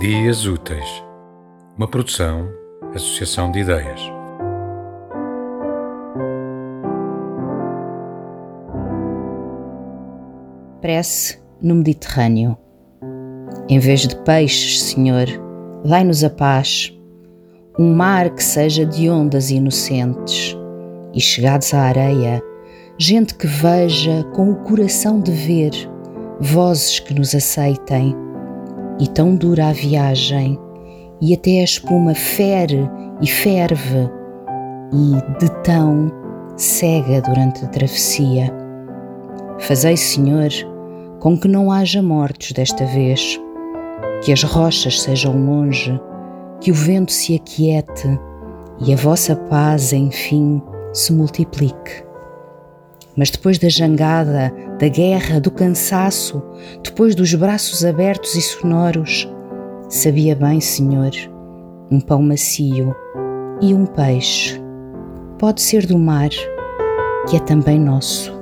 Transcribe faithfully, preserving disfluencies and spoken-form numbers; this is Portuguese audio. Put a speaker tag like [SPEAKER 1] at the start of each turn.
[SPEAKER 1] Dias Úteis, uma produção, associação de ideias.
[SPEAKER 2] Prece no Mediterrâneo. Em vez de peixes, Senhor, dai-nos a paz, um mar que seja de ondas inocentes, e chegados à areia, gente que veja com o coração de ver, vozes que nos aceitem. E tão dura a viagem, e até a espuma fere e ferve, e de tão cega durante a travessia. Fazei, Senhor, com que não haja mortos desta vez, que as rochas sejam longe, que o vento se aquiete e a vossa paz, enfim, se multiplique. Mas depois da jangada, da guerra, do cansaço, depois dos braços abertos e sonoros, sabia bem, Senhor, um pão macio e um peixe, pode ser do mar, que é também nosso.